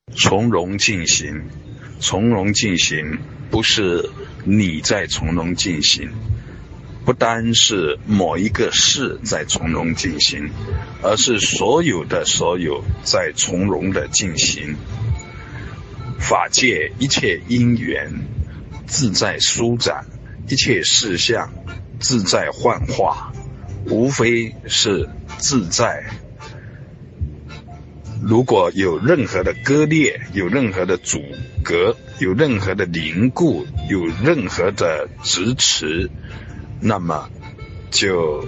从容进行，从容进行不是你在从容进行，不单是某一个事在从容进行，而是所有在从容的进行。法界一切因缘自在舒展，一切事项自在幻化，无非是自在。如果有任何的割裂，有任何的阻隔，有任何的凝固，有任何的支持，那么就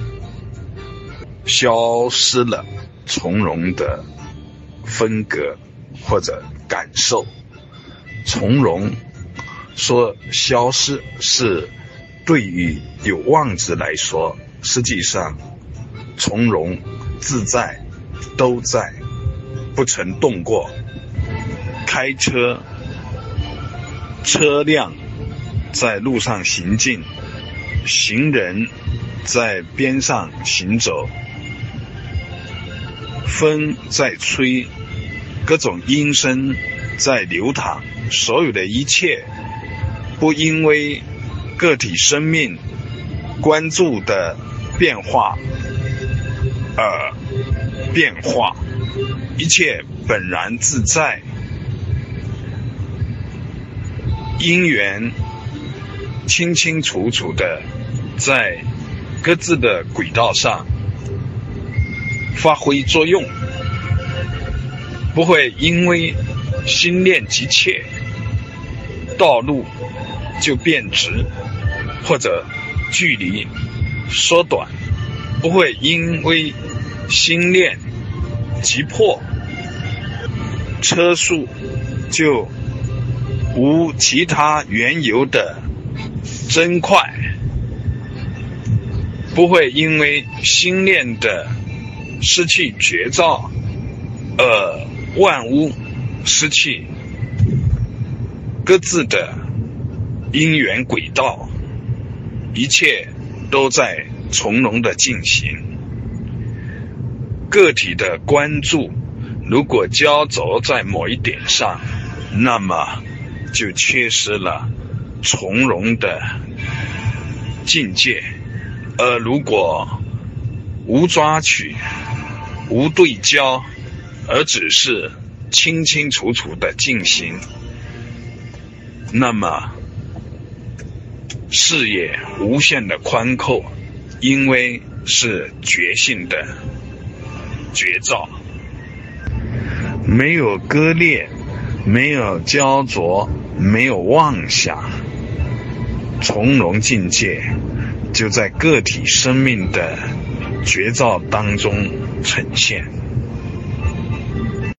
消失了从容的分隔或者感受。从容说消失是对于有妄执来说，实际上从容自在都在，不曾动过。开车，车辆在路上行进，行人在边上行走，风在吹，各种音声在流淌，所有的一切不因为个体生命关注的变化而变化，一切本然自在，因缘清清楚楚的在各自的轨道上发挥作用，不会因为心念急切，道路就变直，或者距离缩短，不会因为心念急迫，车速就无其他缘由的增快，不会因为心念的失去觉照而万物失去各自的因缘轨道，一切都在从容的进行。个体的关注如果焦灼在某一点上，那么就缺失了从容的境界。而如果无抓取，无对焦，而只是清清楚楚的进行，那么视野无限的宽阔，因为是觉性的觉照，没有割裂，没有焦灼，没有妄想，从容境界就在个体生命的觉照当中呈现。